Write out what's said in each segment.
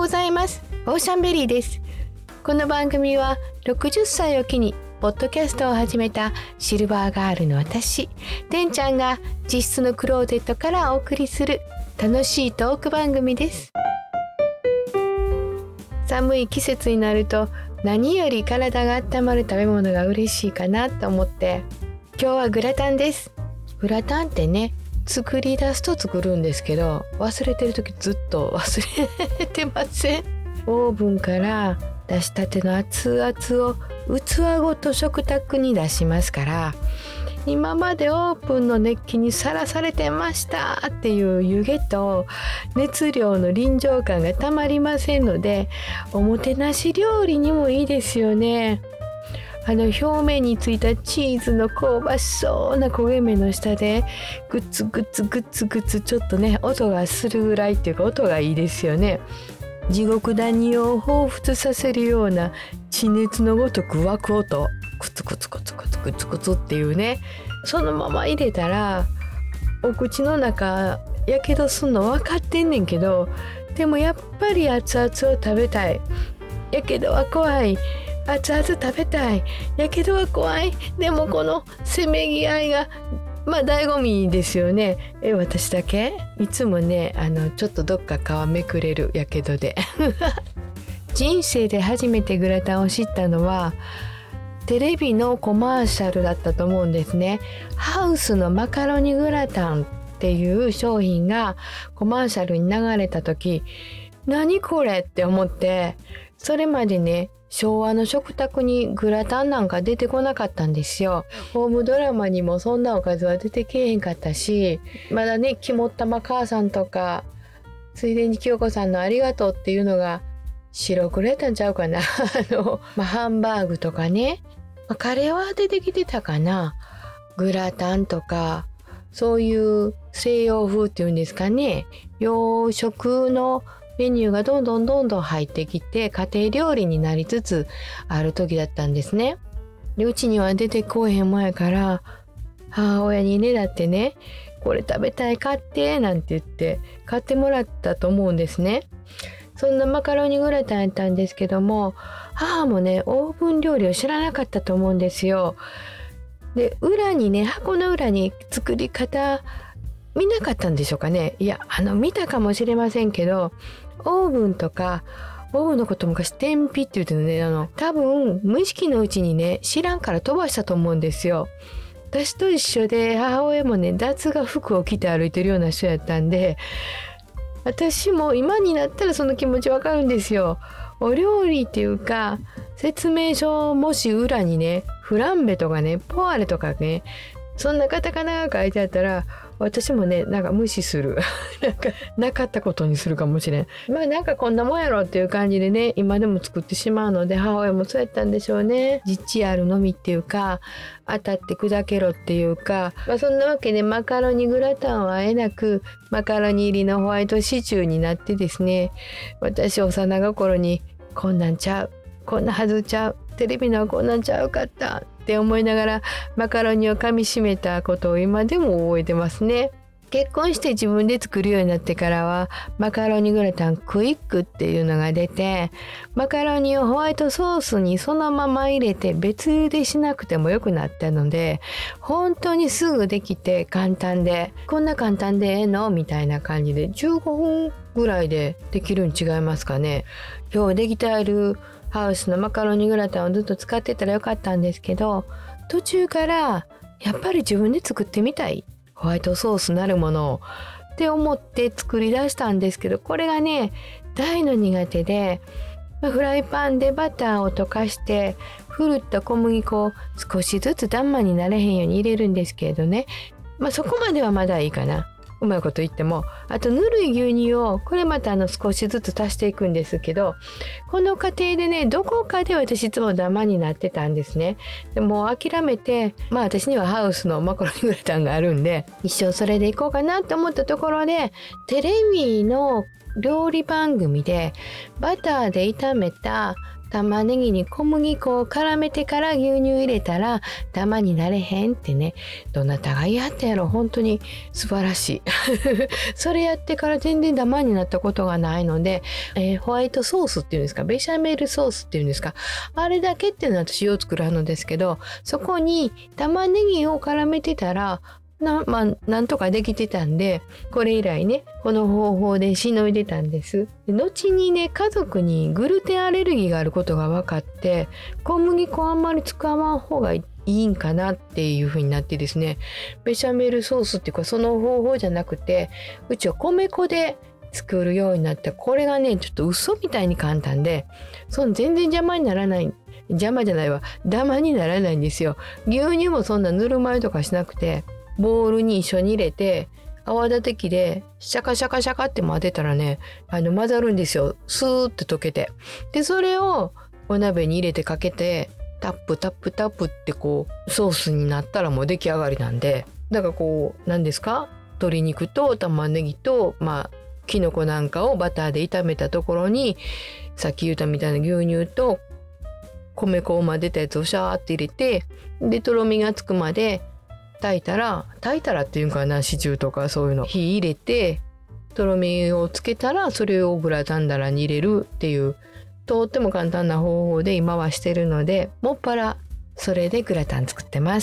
ございます。オーシャンベリーです。この番組は60歳を機にポッドキャストを始めたシルバーガールの私、てんちゃんが実質のクローゼットからお送りする楽しいトーク番組です。寒い季節になると何より体が温まる食べ物が嬉しいかなと思って、今日はグラタンです。グラタンってね、作り出すと作るんですけど、忘れてる時ずっと忘れてません？オーブンから出したての熱々を器ごと食卓に出しますから、今までオーブンの熱気にさらされてましたっていう湯気と熱量の臨場感がたまりませんので、おもてなし料理にもいいですよね。表面についたチーズの香ばしそうな焦げ目の下でグツグツグツグツちょっとね音がするぐらいっていうか、音がいいですよね。地獄谷を彷彿させるような地熱のごとく湧く音、クツクツクツクツクツクツっていうね、そのまま入れたらお口の中やけどすんの分かってんねんけど、でもやっぱり熱々を食べたい。やけどは怖い。熱々食べたい。やけどは怖い。でもこのせめぎ合いが醍醐味ですよね。私だけいつもねちょっとどっか皮めくれるやけどで人生で初めてグラタンを知ったのはテレビのコマーシャルだったと思うんですね。ハウスのマカロニグラタンっていう商品がコマーシャルに流れた時、何これって思って、それまでね昭和の食卓にグラタンなんか出てこなかったんですよ。ホームドラマにもそんなおかずは出てけえへんかったし、まだね肝っ玉母さんとかついでに清子さんのありがとうっていうのが白くれたんちゃうかなハンバーグとかね、カレーは出てきてたかな。グラタンとかそういう西洋風っていうんですかね、洋食のメニューがどんどん入ってきて家庭料理になりつつある時だったんですね。でうちには出てこえへん前から母親にねだってね、これ食べたい買ってなんて言って買ってもらったと思うんですね。そんなマカロニグラタンやったんですけども、母もねオーブン料理を知らなかったと思うんですよ。で裏にね、箱の裏に作り方見なかったんでしょうかね。いや見たかもしれませんけど、オーブンとかオーブンのこと昔天日って言ってね、多分無意識のうちにね知らんから飛ばしたと思うんですよ。私と一緒で母親もね脱が服を着て歩いてるような人やったんで、私も今になったらその気持ちわかるんですよ。お料理っていうか説明書もし裏にねフランベとかねポワレとかねそんなカタカナが書いてあったら、私もねなんか無視するなかったことにするかもしれん。なんかこんなもんやろっていう感じでね今でも作ってしまうので、母親もそうやったんでしょうね。実あるのみっていうか当たって砕けろっていうか、そんなわけでマカロニグラタンはあえなくマカロニ入りのホワイトシチューになってですね、私幼心にこんなんちゃう、こんなはずちゃう、テレビのはこんなんちゃうかったって思いながらマカロニを噛みしめたことを今でも覚えてますね。結婚して自分で作るようになってからはマカロニグラタンクイックっていうのが出て、マカロニをホワイトソースにそのまま入れて別茹でしなくてもよくなったので、本当にすぐできて簡単で、こんな簡単でええのみたいな感じで15分ぐらいでできるに違いますかね。今日できてあるハウスのマカロニグラタンをずっと使ってたらよかったんですけど、途中からやっぱり自分で作ってみたい、ホワイトソースなるものをって思って作り出したんですけど、これがね大の苦手で、フライパンでバターを溶かしてふるった小麦粉を少しずつダンマになれへんように入れるんですけれどね、そこまではまだいいかな、うまいこと言っても。あとぬるい牛乳をこれまた少しずつ足していくんですけど、この過程でねどこかで私いつもダマになってたんですね。でもう諦めて、私にはハウスのマカロニグラタンがあるんで一生それでいこうかなと思ったところで、テレビの料理番組でバターで炒めた玉ねぎに小麦粉を絡めてから牛乳入れたらダマになれへんってね、どなたが言いはったやろ。本当に素晴らしいそれやってから全然ダマになったことがないので、ホワイトソースっていうんですか、ベシャメルソースっていうんですか、あれだけっていうのは私を作るのですけど、そこに玉ねぎを絡めてたらなんとかできてたんで、これ以来ねこの方法でしのいでたんです。後にね、家族にグルテンアレルギーがあることが分かって、小麦粉あんまり使わん方がいいんかなっていう風になってですね、ベシャメルソースっていうかその方法じゃなくて、うちは米粉で作るようになって、これがねちょっと嘘みたいに簡単で、全然邪魔にならない、邪魔じゃないわ、ダマにならないんですよ。牛乳もそんなぬるま湯とかしなくて、ボウルに一緒に入れて泡立て器でシャカシャカシャカって混ぜたらね、混ざるんですよ。スーッと溶けて。でそれをお鍋に入れてかけてタップタップタップってこうソースになったらもう出来上がりなんで、だからこう何ですか、鶏肉と玉ねぎときのこなんかをバターで炒めたところに、さっき言ったみたいな牛乳と米粉を混ぜたやつをシャーって入れて、でとろみがつくまで炊いたらっていうかな、シチューとかそういうの火入れてとろみをつけたら、それをグラタン皿に入れるっていう、とっても簡単な方法で今はしてるので、もっぱらそれでグラタン作ってます。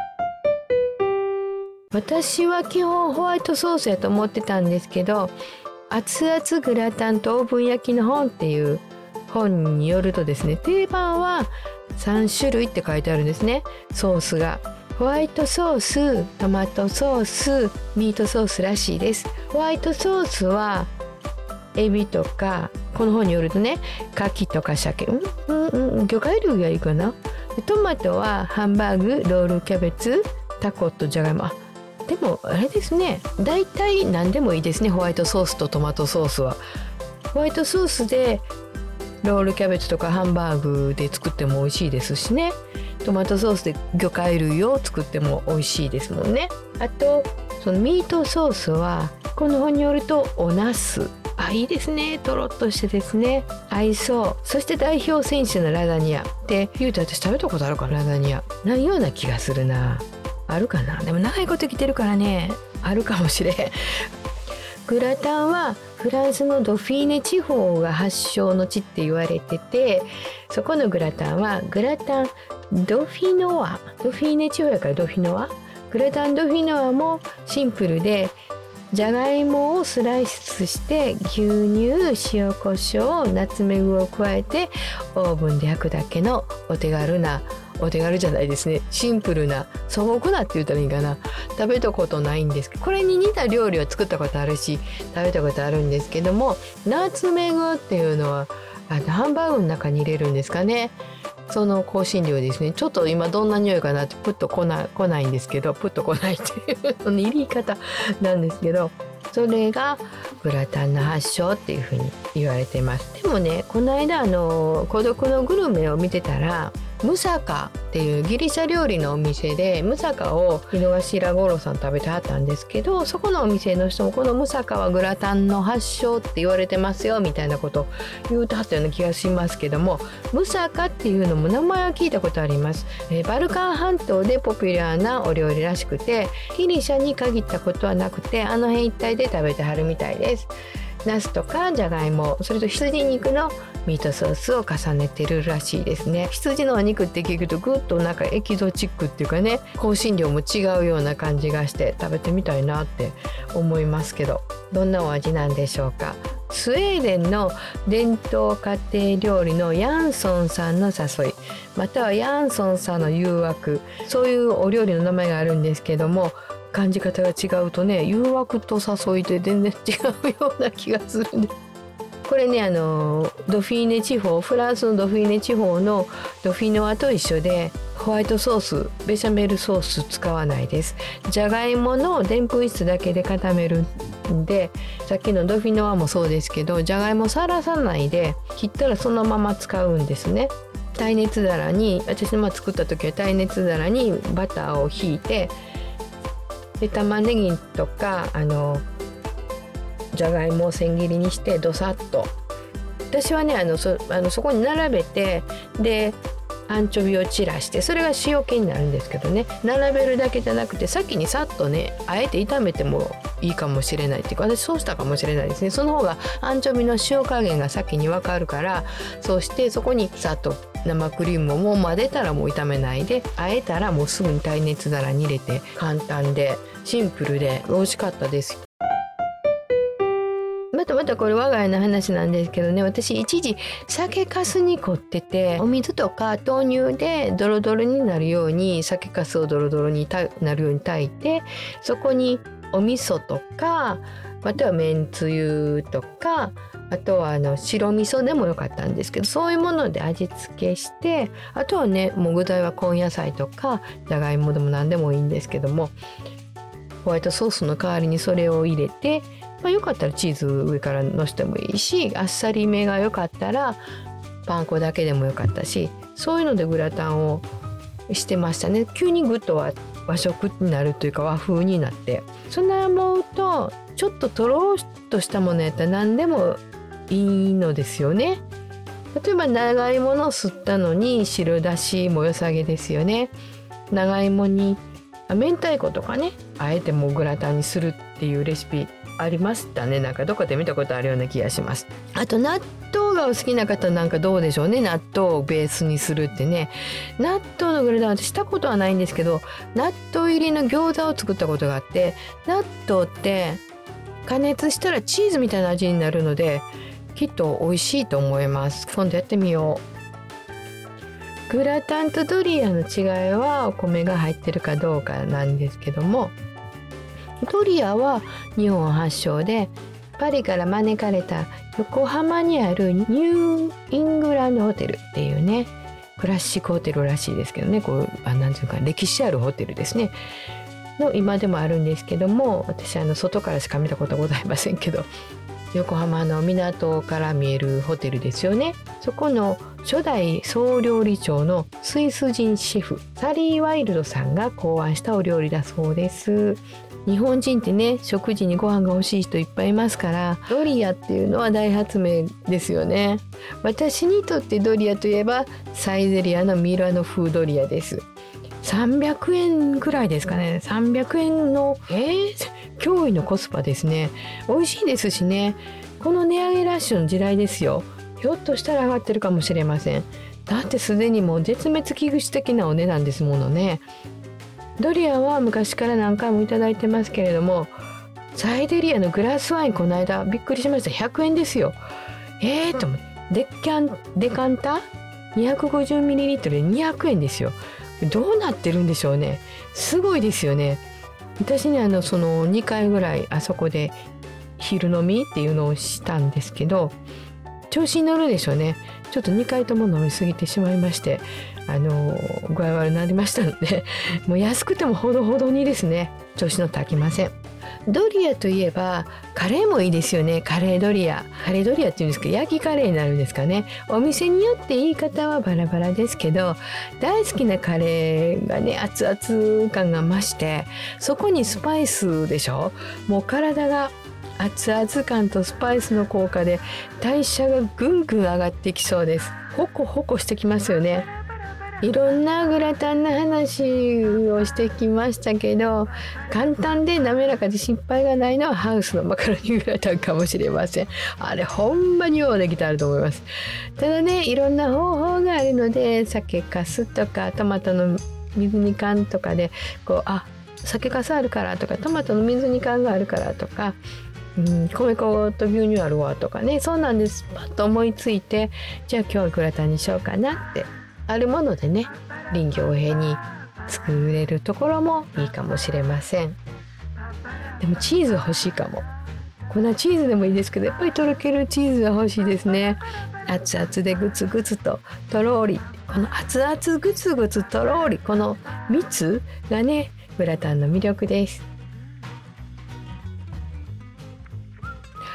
私は基本ホワイトソースやと思ってたんですけど、熱々グラタンとオーブン焼きの本っていう本によるとですね、定番は3種類って書いてあるんですね、ソースが。ホワイトソース、トマトソース、ミートソースらしいです。ホワイトソースはエビとか、この本によるとね、牡蠣とか鮭、魚介類がいいかな。でトマトはハンバーグ、ロールキャベツ、タコとじゃがいも。でもあれですね、大体何でもいいですね、ホワイトソースとトマトソースは。ホワイトソースでロールキャベツとかハンバーグで作っても美味しいですしね、トマトソースで魚介類を作っても美味しいですもんね。あとそのミートソースはこの本によるとおナス、いいですね、とろっとしてですね、合いそう。そして代表選手のラザニアって言うと、私食べたことあるかな、ラザニアないような気がするな。あるかな、でも長いこと来てるからね、あるかもしれん。グラタンはフランスのドフィーネ地方が発祥の地って言われてて、そこのグラタンはグラタンドフィノワ、ドフィーネ地方やからドフィノワ、グラタンドフィノワもシンプルで、じゃがいもをスライスして牛乳、塩コショウ、ナツメグを加えてオーブンで焼くだけのお手軽じゃないですね、シンプルな、素朴なって言ったらいいかな。食べたことないんですけど、これに似た料理は作ったことあるし食べたことあるんですけども、ナツメグっていうのはハンバーグの中に入れるんですかね。その香辛料ですね。ちょっと今どんな匂いかなってプッと来ないんですけど、プッと来ないっていうその言い方なんですけど、それがグラタンの発祥っていうふうに言われてます。でもね、この間孤独のグルメを見てたら、ムサカっていうギリシャ料理のお店でムサカを井の頭五郎さん食べてはったんですけど、そこのお店の人もこのムサカはグラタンの発祥って言われてますよみたいなことを言うてはったような気がしますけども、ムサカっていうのも名前は聞いたことあります。バルカン半島でポピュラーなお料理らしくて、ギリシャに限ったことはなくて、あの辺一帯で食べてはるみたいです。ナスとかじゃがいも、それと羊肉のミートソースを重ねてるらしいですね。羊のお肉って聞くとぐっとなんかエキゾチックっていうかね、香辛料も違うような感じがして食べてみたいなって思いますけど、どんなお味なんでしょうか。スウェーデンの伝統家庭料理のヤンソンさんの誘い、またはヤンソンさんの誘惑、そういうお料理の名前があるんですけども、感じ方が違うとね、誘惑と誘いで全然違うような気がするんです。これね、ドフィーネ地方、フランスのドフィーネ地方のドフィノワと一緒で、ホワイトソース、ベシャメルソース使わないです。じゃがいものでんぷん質だけで固めるんで、さっきのドフィノワもそうですけど、じゃがいもさらさないで切ったらそのまま使うんですね。耐熱皿に、私の作った時は耐熱皿にバターをひいて、で玉ねぎとかじゃがいもを千切りにしてドサッと私はねそこに並べて、でアンチョビを散らして、それが塩気になるんですけどね、並べるだけじゃなくて先にさっとねあえて炒めてもいいかもしれないっていうか、私そうしたかもしれないですね。その方がアンチョビの塩加減が先に分かるから、そうしてそこにさっと生クリームをもう混ぜたらもう炒めないで、あえたらもうすぐに耐熱皿に入れて、簡単でシンプルで美味しかったです。またこれ我が家の話なんですけどね、私一時酒粕に凝ってて、お水とか豆乳でドロドロになるように、酒粕をドロドロになるように炊いて、そこにお味噌とか、あとはめんつゆとか、あとは白味噌でもよかったんですけど、そういうもので味付けして、あとはねもう具材は根野菜とかじゃがいもでも何でもいいんですけども、ホワイトソースの代わりにそれを入れて、よかったらチーズ上からのせてもいいし、あっさりめが良かったらパン粉だけでもよかったし、そういうのでグラタンをしてましたね。急にグッと和食になるというか和風になって、そんな思うとちょっととろっとしたものやったら何でもいいのですよね。例えば長芋の吸ったのに白だしも良さげですよね。長芋に明太子とかね、あえてもうグラタンにするっていうレシピありましたね。なんかどこで見たことあるような気がします。あと納豆がお好きな方なんかどうでしょうね。納豆をベースにするってね、納豆のグラタン私したことはないんですけど、納豆入りの餃子を作ったことがあって、納豆って加熱したらチーズみたいな味になるので、きっと美味しいと思います。今度やってみよう。グラタンとドリアの違いはお米が入ってるかどうかなんですけども、ドリアは日本発祥で、パリから招かれた横浜にあるニューイングランドホテルっていうね、クラシックホテルらしいですけどね、こうなんていうか歴史あるホテルですねの今でもあるんですけども、私外からしか見たことございませんけど、横浜の港から見えるホテルですよね。そこの初代総料理長のスイス人シェフサリー・ワイルドさんが考案したお料理だそうです。日本人ってね、食事にご飯が欲しい人いっぱいいますから、ドリアっていうのは大発明ですよね。私にとってドリアといえばサイゼリヤのミラノ風ドリアです。300円ぐらいですかね。300円の驚異のコスパですね。美味しいですしね。この値上げラッシュの時代ですよ。ひょっとしたら上がってるかもしれません。だってすでにもう絶滅危惧種的なお値段ですものね。ドリアは昔から何回もいただいてますけれども、サイゼリヤのグラスワインこの間びっくりしました。100円ですよ。と思って、デカンタ 250ml で200円ですよ。どうなってるんでしょうね。すごいですよね。私ねその2回ぐらいあそこで昼飲みっていうのをしたんですけど、調子に乗るでしょうね。ちょっと2回とも飲みすぎてしまいまして、具合悪くなりましたので、もう安くてもほどほどにですね、調子乗って飽きません。ドリアといえばカレーもいいですよね。カレードリアっていうんですけど、焼きカレーになるんですかね。お店によって言い方はバラバラですけど、大好きなカレーがね、熱々感が増して、そこにスパイスでしょ。もう体が熱々感とスパイスの効果で代謝がぐんぐん上がってきそうです。ホコホコしてきますよね。いろんなグラタンの話をしてきましたけど、簡単で滑らかで失敗がないのはハウスのマカロニグラタンかもしれません。あれほんまにようできてあると思います。ただね、いろんな方法があるので、酒粕とかトマトの水煮缶とかで酒粕あるからとか、トマトの水煮缶があるからとか、米粉と牛乳あるわとかね、そうなんです。パッと思いついて、じゃあ今日はグラタンにしようかなって、あるものでね、臨機応変に作れるところもいいかもしれません。でもチーズ欲しいかも。こんなチーズでもいいですけど、やっぱりとろけるチーズが欲しいですね。熱々でグツグツととろり、この熱々グツグツとろり、この蜜がね、グラタンの魅力です。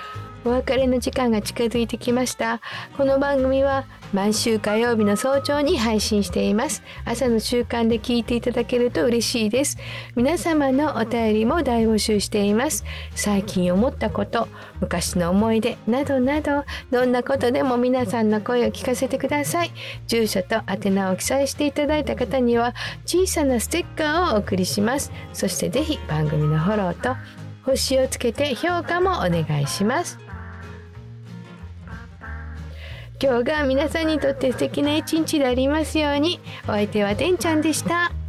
お別れの時間が近づいてきました。この番組は毎週火曜日の早朝に配信しています。朝の習慣で聞いていただけると嬉しいです。皆様のお便りも大募集しています。最近思ったこと、昔の思い出などなど、どんなことでも皆さんの声を聞かせてください。住所と宛名を記載していただいた方には小さなステッカーをお送りします。そしてぜひ番組のフォローと星をつけて評価もお願いします。今日が皆さんにとって素敵な一日でありますように。お相手はてんちゃんでした。